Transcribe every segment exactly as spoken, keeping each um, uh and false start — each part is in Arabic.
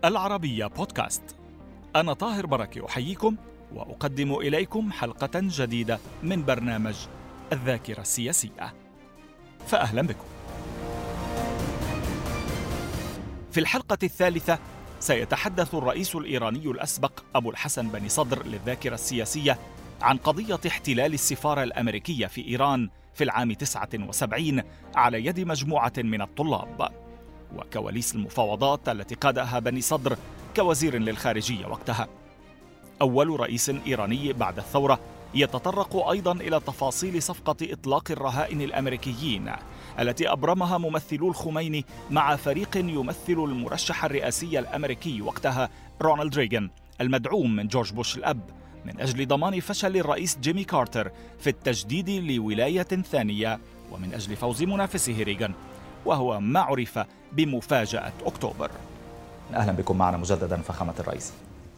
العربية بودكاست. أنا طاهر بركة أحييكم وأقدم إليكم حلقة جديدة من برنامج الذاكرة السياسية، فأهلا بكم. في الحلقة الثالثة سيتحدث الرئيس الإيراني الأسبق أبو الحسن بني صدر للذاكرة السياسية عن قضية احتلال السفارة الأمريكية في إيران في العام تسعة وسبعين على يد مجموعة من الطلاب، وكواليس المفاوضات التي قادها بني صدر كوزير للخارجية وقتها. أول رئيس إيراني بعد الثورة يتطرق أيضا إلى تفاصيل صفقة إطلاق الرهائن الأمريكيين التي أبرمها ممثلو الخميني مع فريق يمثل المرشح الرئاسي الأمريكي وقتها رونالد ريغان المدعوم من جورج بوش الأب، من أجل ضمان فشل الرئيس جيمي كارتر في التجديد لولاية ثانية ومن أجل فوز منافسه ريغان، وهو ما عرف بمفاجأة أكتوبر. أهلا بكم معنا مجددا فخامة الرئيس.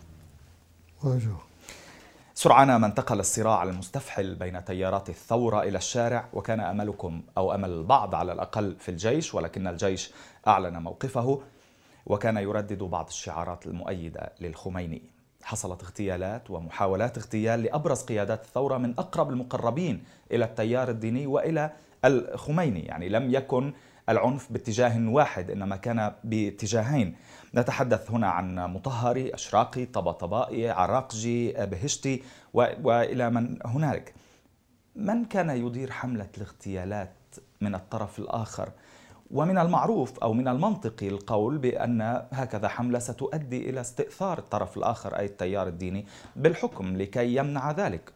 سرعان ما انتقل الصراع المستفحل بين تيارات الثورة إلى الشارع، وكان أملكم أو أمل البعض على الأقل في الجيش، ولكن الجيش أعلن موقفه وكان يردد بعض الشعارات المؤيدة للخميني. حصلت اغتيالات ومحاولات اغتيال لأبرز قيادات الثورة من أقرب المقربين إلى التيار الديني وإلى الخميني، يعني لم يكن العنف باتجاه واحد إنما كان باتجاهين. نتحدث هنا عن مطهري، أشراقي، طباطبائي، عراقجي، بهشتي وإلى من هنالك. من كان يدير حملة الاغتيالات من الطرف الآخر؟ ومن المعروف أو من المنطقي القول بأن هكذا حملة ستؤدي إلى استئثار الطرف الآخر أي التيار الديني بالحكم لكي يمنع ذلك.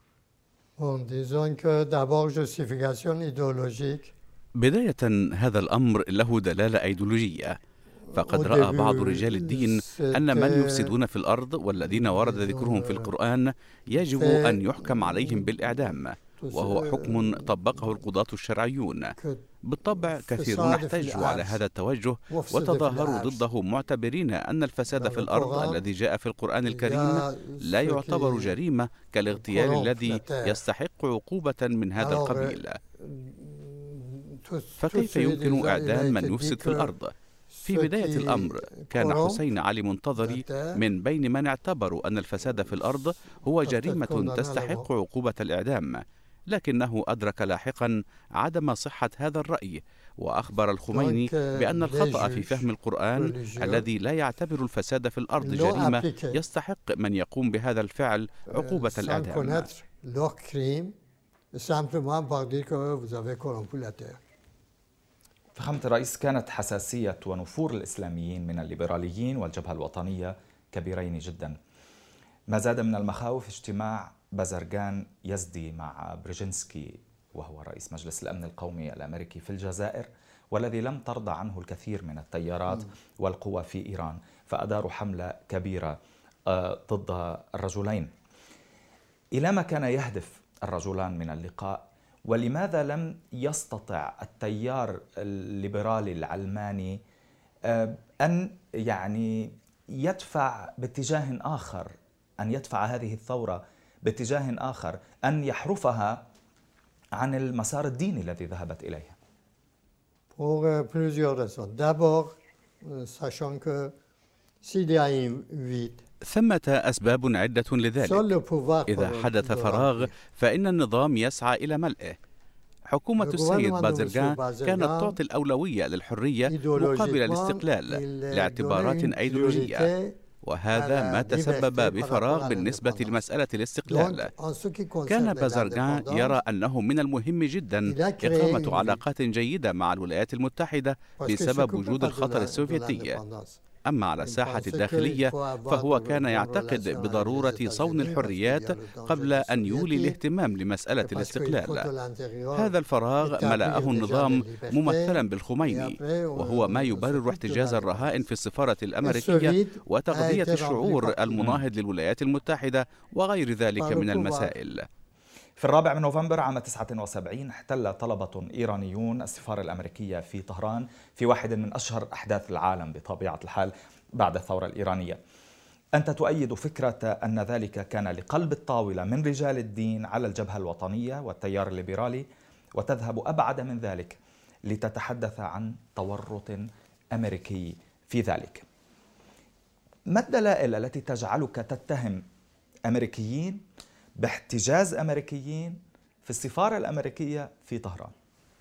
بداية هذا الأمر له دلالة أيديولوجية، فقد رأى بعض رجال الدين أن من يفسدون في الأرض والذين ورد ذكرهم في القرآن يجب أن يحكم عليهم بالإعدام، وهو حكم طبقه القضاة الشرعيون. بالطبع كثيرون احتجوا على هذا التوجه وتظاهروا ضده، معتبرين أن الفساد في الأرض الذي جاء في القرآن الكريم لا يعتبر جريمة كالاغتيال الذي يستحق عقوبة من هذا القبيل. فكيف يمكن إعدام من يفسد في الأرض؟ في بداية الأمر كان حسين علي منتظري من بين من اعتبروا أن الفساد في الأرض هو جريمة تستحق عقوبة الإعدام، لكنه أدرك لاحقا عدم صحة هذا الرأي، وأخبر الخميني بأن الخطأ في فهم القرآن الذي لا يعتبر الفساد في الأرض جريمة يستحق من يقوم بهذا الفعل عقوبة الإعدام. فخامة الرئيس، كانت حساسية ونفور الإسلاميين من الليبراليين والجبهة الوطنية كبيرين جدا. ما زاد من المخاوف اجتماع بازرغان يزدي مع برجينسكي وهو رئيس مجلس الأمن القومي الأمريكي في الجزائر، والذي لم ترضى عنه الكثير من التيارات والقوى في إيران، فأداروا حملة كبيرة ضد الرجلين. إلى ما كان يهدف الرجلان من اللقاء؟ ولماذا لم يستطع التيار الليبرالي العلماني أن يعني يدفع باتجاه آخر، أن يدفع هذه الثورة باتجاه آخر، أن يحرفها عن المسار الديني الذي ذهبت إليه؟ ثمة أسباب عدة لذلك. إذا حدث فراغ فإن النظام يسعى إلى ملئه. حكومة السيد بازرغان كانت تعطي الأولوية للحرية مقابل الاستقلال لاعتبارات أيديولوجية، وهذا ما تسبب بفراغ بالنسبة لمسألة الاستقلال. كان بازرغان يرى أنه من المهم جدا إقامة علاقات جيدة مع الولايات المتحدة بسبب وجود الخطر السوفيتي. أما على الساحة الداخلية فهو كان يعتقد بضرورة صون الحريات قبل أن يولي الاهتمام لمسألة الاستقلال. هذا الفراغ ملأه النظام ممثلا بالخميني، وهو ما يبرر احتجاز الرهائن في السفارة الأمريكية وتغذية الشعور المناهض للولايات المتحدة وغير ذلك من المسائل. في الرابع من نوفمبر عام تسعة وسبعين احتل طلبة إيرانيون السفارة الأمريكية في طهران، في واحد من أشهر أحداث العالم بطبيعة الحال بعد الثورة الإيرانية. أنت تؤيد فكرة أن ذلك كان لقلب الطاولة من رجال الدين على الجبهة الوطنية والتيار الليبرالي، وتذهب أبعد من ذلك لتتحدث عن تورط أمريكي في ذلك. ما الدلائل التي تجعلك تتهم أمريكيين باحتجاز أمريكيين في السفارة الأمريكية في طهران؟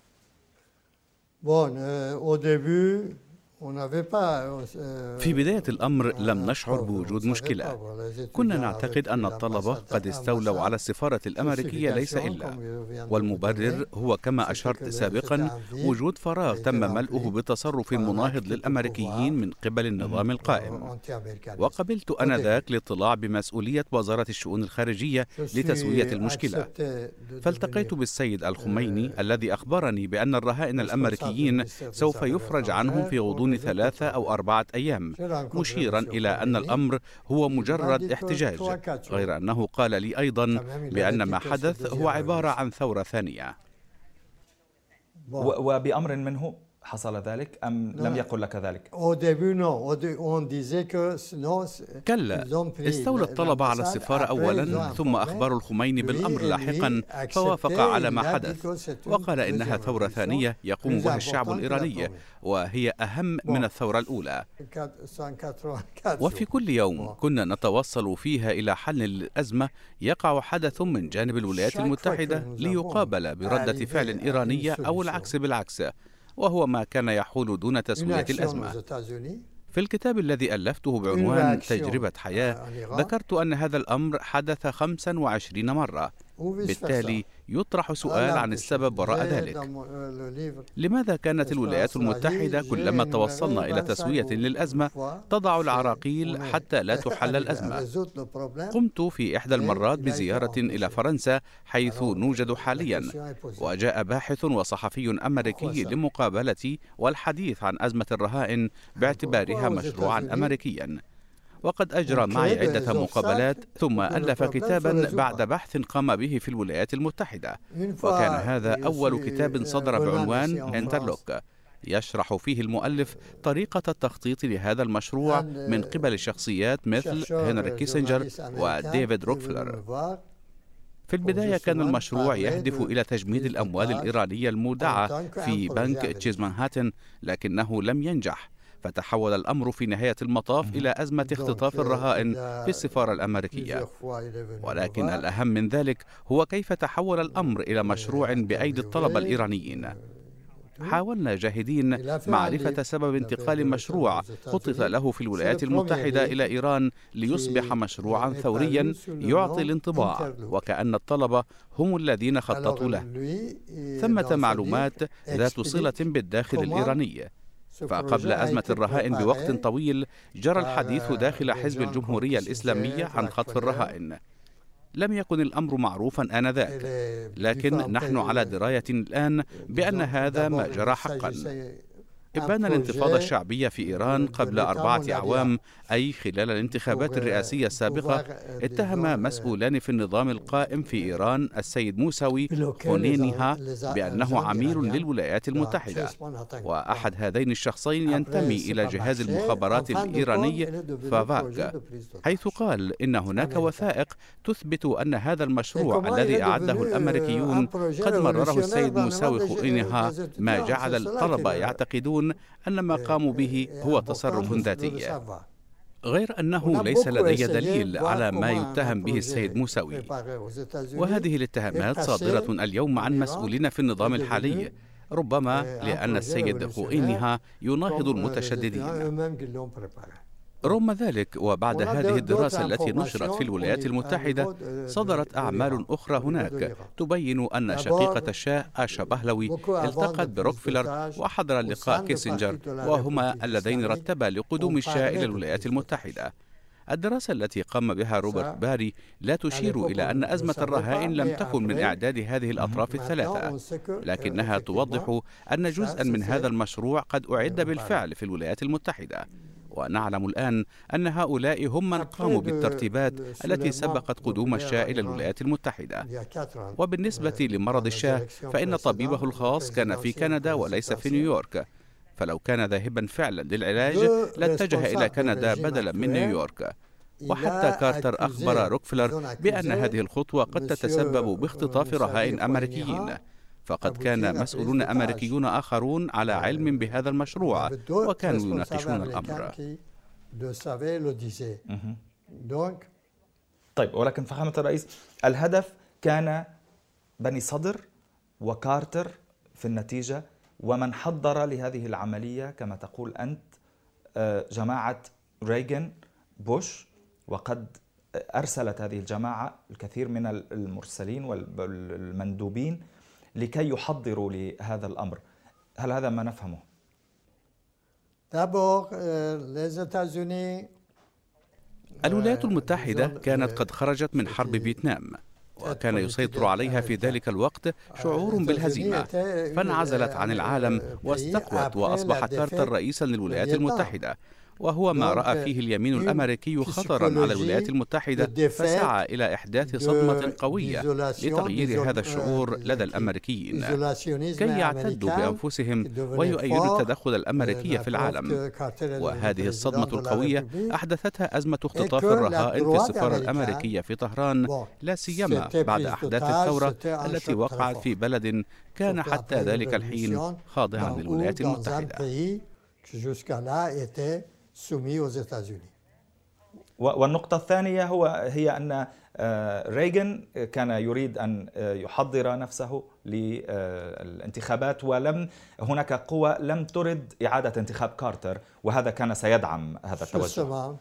في بداية الأمر لم نشعر بوجود مشكلة. كنا نعتقد أن الطلبة قد استولوا على السفارة الأمريكية ليس إلا، والمبرر هو كما أشرت سابقا وجود فراغ تم ملؤه بتصرف مناهض للأمريكيين من قبل النظام القائم. وقبلت آنذاك الاطلاع بمسؤولية وزارة الشؤون الخارجية لتسوية المشكلة، فالتقيت بالسيد الخميني الذي أخبرني بأن الرهائن الأمريكيين سوف يفرج عنهم في غضون ثلاثة أو أربعة أيام، مشيرا إلى أن الأمر هو مجرد احتجاج، غير أنه قال لي أيضا بأن ما حدث هو عبارة عن ثورة ثانية. وبأمر منه حصل ذلك أم لم يقل لك ذلك؟ كلا، استولى الطلبة على السفارة أولا، ثم أخبروا الخميني بالأمر لاحقا، فوافق على ما حدث وقال إنها ثورة ثانية يقوم بها الشعب الإيراني، وهي أهم من الثورة الأولى. وفي كل يوم كنا نتوصل فيها إلى حل للأزمة يقع حدث من جانب الولايات المتحدة ليقابل بردة فعل إيرانية أو العكس بالعكس، وهو ما كان يحول دون تسوية الأزمة. في الكتاب الذي ألفته بعنوان تجربة حياة ذكرت أن هذا الأمر حدث خمسا وعشرين مرة، بالتالي يطرح سؤال عن السبب وراء ذلك. لماذا كانت الولايات المتحدة كلما توصلنا إلى تسوية للأزمة تضع العراقيل حتى لا تحل الأزمة؟ قمت في إحدى المرات بزيارة إلى فرنسا حيث نوجد حاليا، وجاء باحث وصحفي أمريكي لمقابلتي والحديث عن أزمة الرهائن باعتبارها مشروعا أمريكيا، وقد أجرى معي عدة مقابلات ثم ألف كتابا بعد بحث قام به في الولايات المتحدة، وكان هذا أول كتاب صدر بعنوان انترلوك، يشرح فيه المؤلف طريقة التخطيط لهذا المشروع من قبل شخصيات مثل هنري كيسنجر وديفيد روكفلر. في البداية كان المشروع يهدف إلى تجميد الأموال الإيرانية المودعة في بنك تشيز مانهاتن، لكنه لم ينجح، فتحول الأمر في نهاية المطاف إلى أزمة اختطاف الرهائن في السفارة الأمريكية. ولكن الأهم من ذلك هو كيف تحول الأمر إلى مشروع بأيدي الطلبة الإيرانيين. حاولنا جاهدين معرفة سبب انتقال مشروع خطط له في الولايات المتحدة إلى إيران ليصبح مشروعا ثوريا يعطي الانطباع وكأن الطلبة هم الذين خططوا له. ثمة معلومات ذات صلة بالداخل الإيراني، فقبل أزمة الرهائن بوقت طويل جرى الحديث داخل حزب الجمهورية الإسلامية عن خطف الرهائن. لم يكن الأمر معروفا آنذاك، لكن نحن على دراية الآن بأن هذا ما جرى حقا. إبان الانتفاضة الشعبية في إيران قبل أربعة أعوام، أي خلال الانتخابات الرئاسية السابقة، اتهم مسؤولان في النظام القائم في إيران السيد موسوي خونينيها بأنه عميل للولايات المتحدة، وأحد هذين الشخصين ينتمي إلى جهاز المخابرات الإيراني فافاغ، حيث قال إن هناك وثائق تثبت أن هذا المشروع الذي أعده الأمريكيون قد مرره السيد موسوي خونينيها، ما جعل الطلبة يعتقدون أن ما قاموا به هو تصرف ذاتي. غير أنه ليس لدي دليل على ما يتهم به السيد موسوي، وهذه الاتهامات صادرة اليوم عن مسؤولين في النظام الحالي، ربما لأن السيد خوئينيها يناهض المتشددين. رغم ذلك، وبعد هذه الدراسة التي نشرت في الولايات المتحدة، صدرت أعمال أخرى هناك تبين أن شقيقة الشاه آشا بهلوي التقت بروكفلر وحضر اللقاء كيسنجر، وهما اللذين رتبا لقدوم الشاه إلى الولايات المتحدة. الدراسة التي قام بها روبرت باري لا تشير إلى أن أزمة الرهائن لم تكن من إعداد هذه الأطراف الثلاثة، لكنها توضح أن جزءا من هذا المشروع قد أعد بالفعل في الولايات المتحدة، ونعلم الآن أن هؤلاء هم من قاموا بالترتيبات التي سبقت قدوم الشاه إلى الولايات المتحدة. وبالنسبة لمرض الشاه فإن طبيبه الخاص كان في كندا وليس في نيويورك، فلو كان ذاهبا فعلا للعلاج لاتجه إلى كندا بدلا من نيويورك. وحتى كارتر أخبر روكفلر بأن هذه الخطوة قد تتسبب باختطاف رهائن أمريكيين، فقد كان مسؤولون أمريكيون آخرون على علم بهذا المشروع وكانوا يناقشون الأمر. طيب، ولكن فخامة الرئيس، الهدف كان بني صدر وكارتر في النتيجة، ومن حضر لهذه العملية كما تقول أنت جماعة ريغان بوش، وقد أرسلت هذه الجماعة الكثير من المرسلين والمندوبين لكي يحضروا لهذا الأمر. هل هذا ما نفهمه؟ الولايات المتحدة كانت قد خرجت من حرب فيتنام، وكان يسيطر عليها في ذلك الوقت شعور بالهزيمة، فانعزلت عن العالم واستقوت، وأصبح كارتر رئيسا للولايات المتحدة، وهو ما رأى فيه اليمين الأمريكي خطرا على الولايات المتحدة، فسعى إلى إحداث صدمة قوية لتغيير هذا الشعور لدى الأمريكيين كي يعتدوا بأنفسهم ويؤيدوا التدخل الأمريكي في العالم. وهذه الصدمة القوية أحدثتها أزمة اختطاف الرهائن في السفارة الأمريكية في طهران، لا سيما بعد أحداث الثورة التي وقعت في بلد كان حتى ذلك الحين خاضعا للولايات المتحدة. والنقطة الثانية هو هي أن ريغان كان يريد أن يحضر نفسه للانتخابات، ولم هناك قوى لم ترد إعادة انتخاب كارتر، وهذا كان سيدعم هذا التوجه.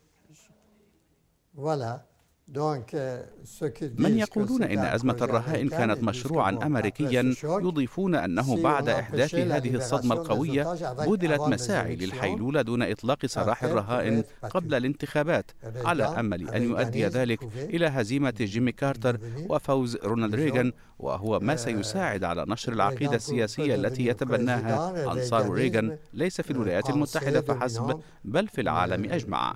من يقولون إن أزمة الرهائن كانت مشروعا أمريكيا يضيفون أنه بعد إحداث هذه الصدمة القوية بذلت مساعي للحيلولة دون إطلاق سراح الرهائن قبل الانتخابات، على أمل أن يؤدي ذلك إلى هزيمة جيمي كارتر وفوز رونالد ريغان، وهو ما سيساعد على نشر العقيدة السياسية التي يتبناها أنصار ريغان ليس في الولايات المتحدة فحسب بل في العالم أجمع.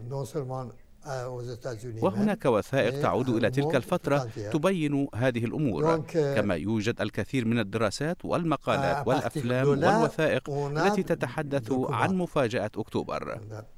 وهناك وثائق تعود إلى تلك الفترة تبين هذه الأمور، كما يوجد الكثير من الدراسات والمقالات والأفلام والوثائق التي تتحدث عن مفاجأة أكتوبر.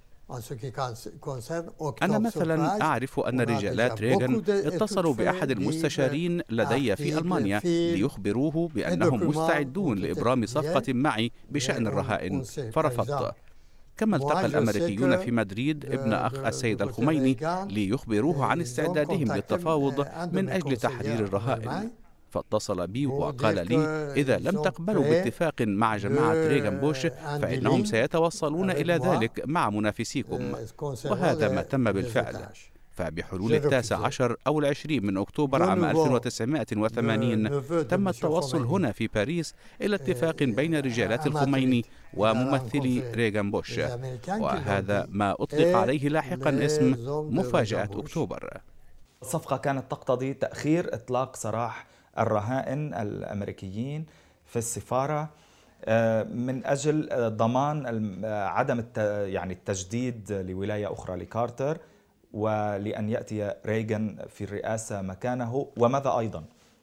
أنا مثلا أعرف أن رجالات ريغان اتصلوا بأحد المستشارين لدي في ألمانيا ليخبروه بأنهم مستعدون لإبرام صفقة معي بشأن الرهائن، فرفضت. كما التقى الأمريكيون في مدريد ابن أخ السيد الخميني ليخبروه عن استعدادهم للتفاوض من أجل تحرير الرهائن، فاتصل بي وقال لي إذا لم تقبلوا باتفاق مع جماعة ريغان بوش فإنهم سيتوصلون إلى ذلك مع منافسيكم، وهذا ما تم بالفعل. فبحلول التاسع عشر أو العشرين من أكتوبر عام ألف وتسعمائة وثمانين تم التوصل هنا في باريس إلى اتفاق بين رجالات الخميني وممثلي ريغان بوش، وهذا ما أطلق عليه لاحقا اسم مفاجأة أكتوبر. الصفقة كانت تقتضي تأخير إطلاق سراح الرهائن الأمريكيين في السفارة من أجل ضمان عدم يعني التجديد لولاية أخرى لكارتر، ولأن يأتي ريغان في الرئاسة مكانه. وماذا أيضا؟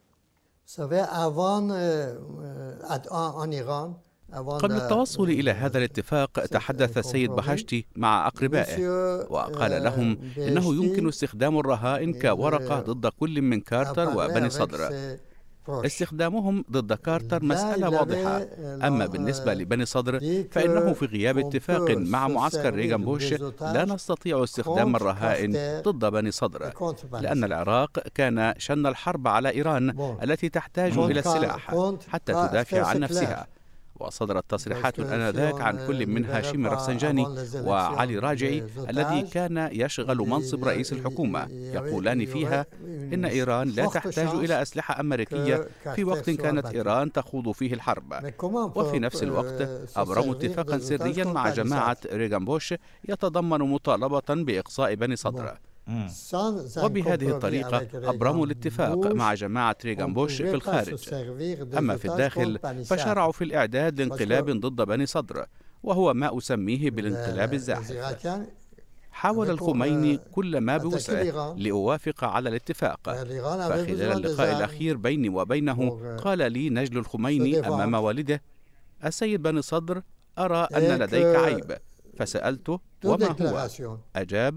قبل التوصل إلى هذا الاتفاق تحدث السيد بهاشتي مع أقربائه وقال لهم إنه يمكن استخدام الرهائن كورقة ضد كل من كارتر وبني صدر. استخدامهم ضد كارتر مسألة واضحة، أما بالنسبة لبني صدر فإنه في غياب اتفاق مع معسكر ريغان بوش لا نستطيع استخدام الرهائن ضد بني صدر، لأن العراق كان شن الحرب على إيران التي تحتاج إلى السلاح حتى تدافع عن نفسها. وصدرت تصريحات آنذاك عن كل من هاشم رفسنجاني وعلي راجعي الذي كان يشغل منصب رئيس الحكومة، يقولان فيها إن إيران لا تحتاج إلى أسلحة أمريكية في وقت كانت إيران تخوض فيه الحرب. وفي نفس الوقت أبرموا اتفاقا سريا مع جماعة ريغان بوش يتضمن مطالبة بإقصاء بني صدر، وبهذه الطريقة أبرموا الاتفاق مع جماعة ريغان بوش في الخارج. أما في الداخل فشرعوا في الإعداد لانقلاب ضد بني صدر، وهو ما أسميه بالانقلاب الزاحف. حاول الخميني كل ما بوسعه لأوافق على الاتفاق، فخلال اللقاء الأخير بيني وبينه قال لي نجل الخميني أمام والده: السيد بني صدر، أرى أن لديك عيب. فسألته: وما هو؟ أجاب: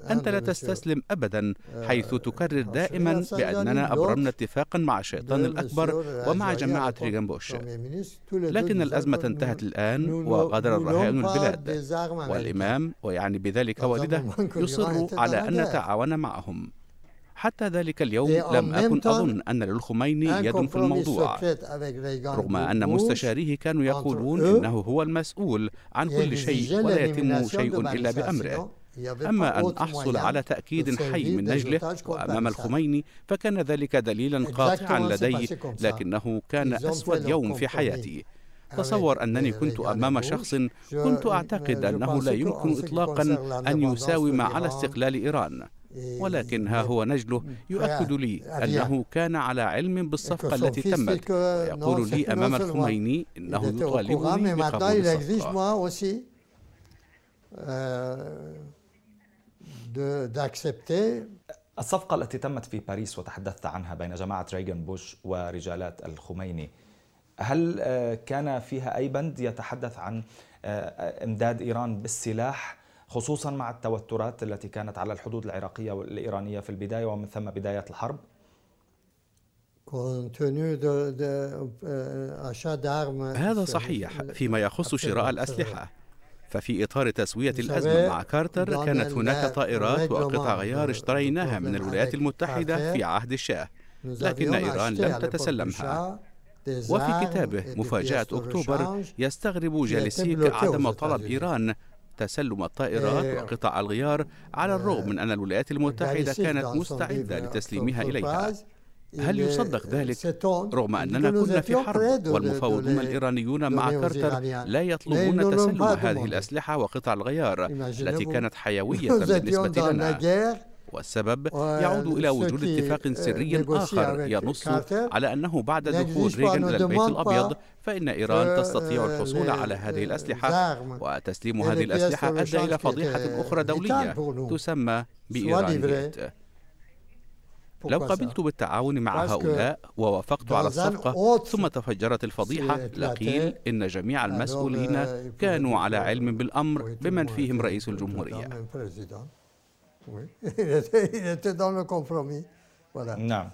أنت لا تستسلم أبدا، حيث تكرر دائما بأننا أبرمنا اتفاقا مع الشيطان الأكبر ومع جماعة ريغان بوش. لكن الأزمة انتهت الآن وغادر الرهائن البلاد، والإمام ويعني بذلك والده يصر على أن نتعاون معهم. حتى ذلك اليوم لم أكن أظن أن للخميني يد في الموضوع، رغم أن مستشاريه كانوا يقولون إنه هو المسؤول عن كل شيء ولا يتم شيء إلا بأمره. أما أن أحصل على تأكيد حي من نجله وأمام الخميني فكان ذلك دليلا قاطعا لدي، لكنه كان أسود يوم في حياتي. تصور أنني كنت أمام شخص كنت أعتقد أنه لا يمكن إطلاقا أن يساوم على استقلال إيران، ولكن ها هو نجله يؤكد لي أنه كان على علم بالصفقة التي تمت، ويقول لي أمام الخميني إنه يطالبني بقبول الصفقة. الصفقة التي تمت في باريس وتحدثت عنها بين جماعة ريغان بوش ورجالات الخميني، هل كان فيها أي بند يتحدث عن إمداد إيران بالسلاح، خصوصا مع التوترات التي كانت على الحدود العراقية والإيرانية في البداية ومن ثم بداية الحرب؟ هذا صحيح فيما يخص شراء الأسلحة. ففي إطار تسوية الأزمة مع كارتر كانت هناك طائرات وقطع غيار اشتريناها من الولايات المتحدة في عهد الشاه، لكن إيران لم تتسلمها. وفي كتابه مفاجأة أكتوبر يستغرب جاليسيك عدم طلب إيران تسلم الطائرات وقطع الغيار، على الرغم من أن الولايات المتحدة كانت مستعدة لتسليمها إليها. هل يصدق ذلك رغم أننا كنا في حرب والمفاوضون الإيرانيون مع كارتر لا يطلبون تسلم هذه الأسلحة وقطع الغيار التي كانت حيوية بالنسبة لنا؟ والسبب يعود إلى وجود اتفاق سري آخر ينص على أنه بعد دخول ريغان إلى البيت الأبيض فإن إيران تستطيع الحصول على هذه الأسلحة، وتسليم هذه الأسلحة أدى إلى فضيحة أخرى دولية تسمى بإيرانيات. لو قبلت بالتعاون مع هؤلاء ووافقت على الصفقة ثم تفجرت الفضيحة لقيل إن جميع المسؤولين كانوا على علم بالأمر بمن فيهم رئيس الجمهورية. نعم.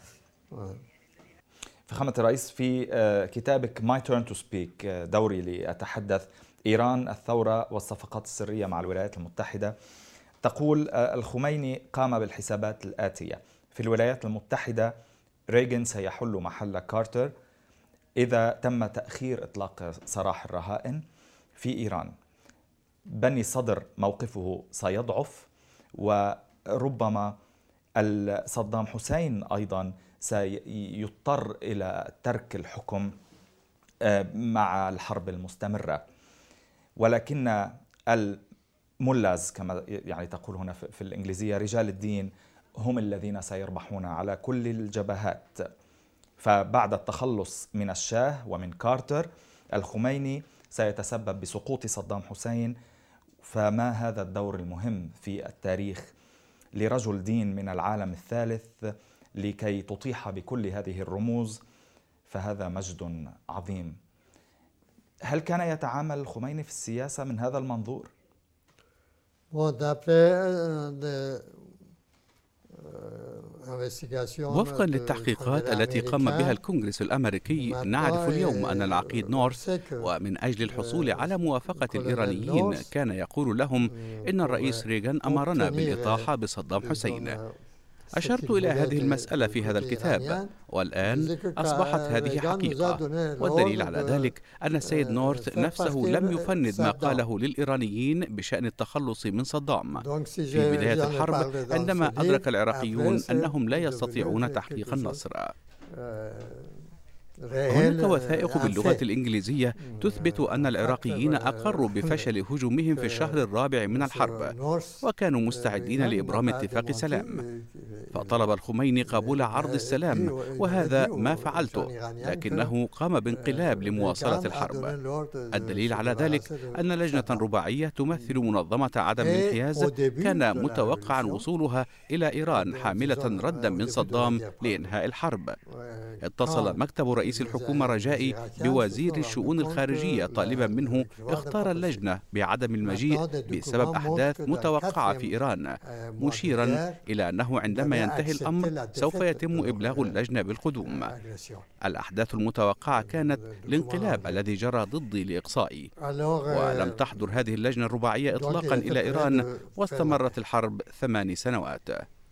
فخامة الرئيس، في كتابك My Turn to Speak، دوري لأتحدث، إيران، الثورة والصفقات السرية مع الولايات المتحدة، تقول الخميني قام بالحسابات الآتية: في الولايات المتحدة ريغان سيحل محل كارتر إذا تم تأخير إطلاق سراح الرهائن. في إيران بني صدر موقفه سيضعف، وربما صدام حسين أيضا سيضطر إلى ترك الحكم مع الحرب المستمرة. ولكن الملاز كما يعني تقول هنا في الإنجليزية، رجال الدين، هم الذين سيربحون على كل الجبهات. فبعد التخلص من الشاه ومن كارتر، الخميني سيتسبب بسقوط صدام حسين. فما هذا الدور المهم في التاريخ لرجل دين من العالم الثالث لكي تطيح بكل هذه الرموز؟ فهذا مجد عظيم. هل كان يتعامل الخميني في السياسة من هذا المنظور؟ وفقا للتحقيقات التي قام بها الكونغرس الأمريكي، نعرف اليوم أن العقيد نورث ومن أجل الحصول على موافقة الإيرانيين كان يقول لهم إن الرئيس ريغان أمرنا بالإطاحة بصدام حسين. أشرت إلى هذه المسألة في هذا الكتاب، والآن أصبحت هذه حقيقة. والدليل على ذلك أن السيد نورث نفسه لم يفند ما قاله للإيرانيين بشأن التخلص من صدام في بداية الحرب، عندما أدرك العراقيون أنهم لا يستطيعون تحقيق النصر. هناك وثائق باللغة الإنجليزية تثبت أن العراقيين أقروا بفشل هجومهم في الشهر الرابع من الحرب، وكانوا مستعدين لإبرام اتفاق سلام. فطلب الخميني قبول عرض السلام، وهذا ما فعلته، لكنه قام بانقلاب لمواصلة الحرب. الدليل على ذلك أن لجنة رباعية تمثل منظمة عدم الانحياز كان متوقعا وصولها إلى إيران حاملة ردا من صدام لإنهاء الحرب. اتصل مكتب رئيس الحكومة الرجائي بوزير الشؤون الخارجية طالبا منه اختار اللجنة بعدم المجيء بسبب أحداث متوقعة في إيران، مشيرا إلى أنه عندما ينتهي الأمر سوف يتم إبلاغ اللجنة بالقدوم. الأحداث المتوقعة كانت الانقلاب الذي جرى ضدي لإقصائي، ولم تحضر هذه اللجنة الرباعية إطلاقا إلى إيران، واستمرت الحرب ثماني سنوات.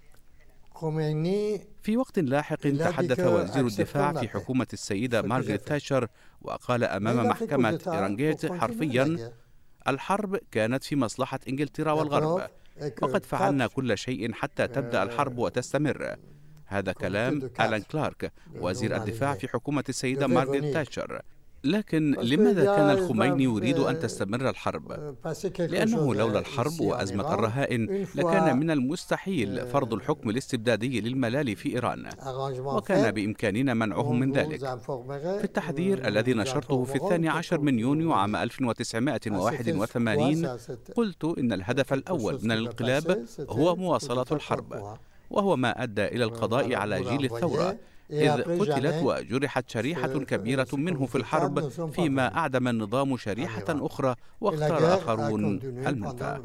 في وقت لاحق تحدث وزير الدفاع في حكومة السيدة مارغريت تاتشر وقال أمام محكمة إيرانغيت حرفيا: الحرب كانت في مصلحة إنجلترا والغرب، وقد فعلنا كل شيء حتى تبدأ الحرب وتستمر. هذا كلام ألان كلارك وزير الدفاع في حكومة السيدة مارغريت تاتشر. لكن لماذا كان الخميني يريد أن تستمر الحرب؟ لأنه لولا الحرب وأزمة الرهائن لكان من المستحيل فرض الحكم الاستبدادي للملال في إيران، وكان بإمكاننا منعهم من ذلك. في التحذير الذي نشرته في الثاني عشر من يونيو عام ألف وتسعمائة وواحد وثمانين قلت إن الهدف الأول من الانقلاب هو مواصلة الحرب، وهو ما أدى إلى القضاء على جيل الثورة، إذ قتلت وجرحت شريحة كبيرة منه في الحرب، فيما أعدم النظام شريحة أخرى واختار آخرون المنفى.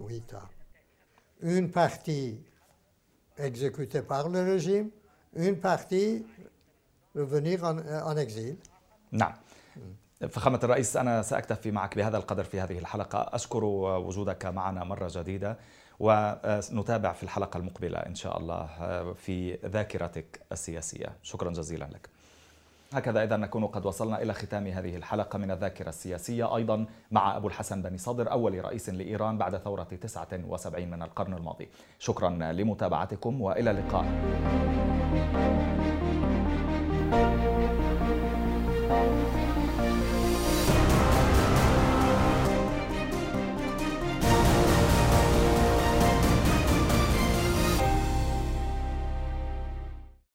نعم فخامة الرئيس، أنا سأكتفي معك بهذا القدر في هذه الحلقة. أشكر وجودك معنا مرة جديدة، ونتابع في الحلقة المقبلة إن شاء الله في ذاكرتك السياسية. شكرا جزيلا لك. هكذا إذا نكون قد وصلنا إلى ختام هذه الحلقة من الذاكرة السياسية، أيضا مع أبو الحسن بني صدر أول رئيس لإيران بعد ثورة تسعة وسبعين من القرن الماضي. شكرا لمتابعتكم وإلى اللقاء.